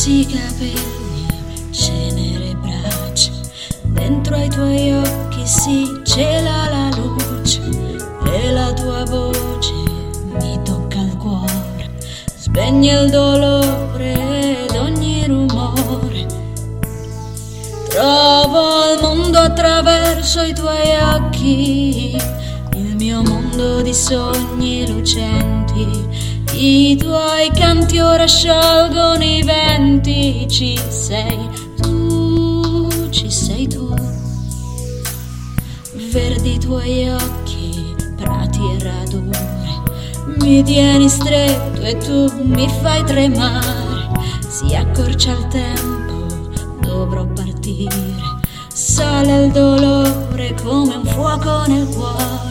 rossi capelli, cenere braccia, dentro ai tuoi occhi si cela la luce e la tua voce mi tocca il cuore, spegne il dolore ed ogni rumore. Trovo il mondo attraverso i tuoi occhi, il mio mondo di sogni lucenti. I tuoi canti ora sciolgono i venti, ci sei tu. Verdi i tuoi occhi, prati e radure, mi tieni stretto e tu mi fai tremare. Si accorcia il tempo, dovrò partire, sale il dolore come un fuoco nel cuore.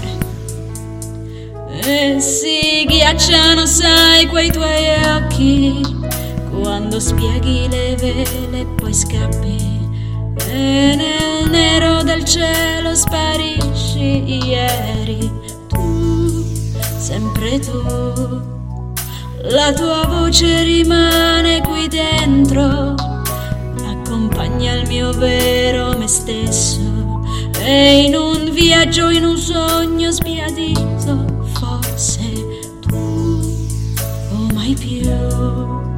E si ghiacciano, sai, quei tuoi occhi, quando spieghi le vele e poi scappi, e nel nero del cielo sparisci. Ieri tu, sempre tu, la tua voce rimane qui dentro, accompagna il mio vero me stesso, e in un viaggio, in un sogno sbiadito, forse tu o mai più.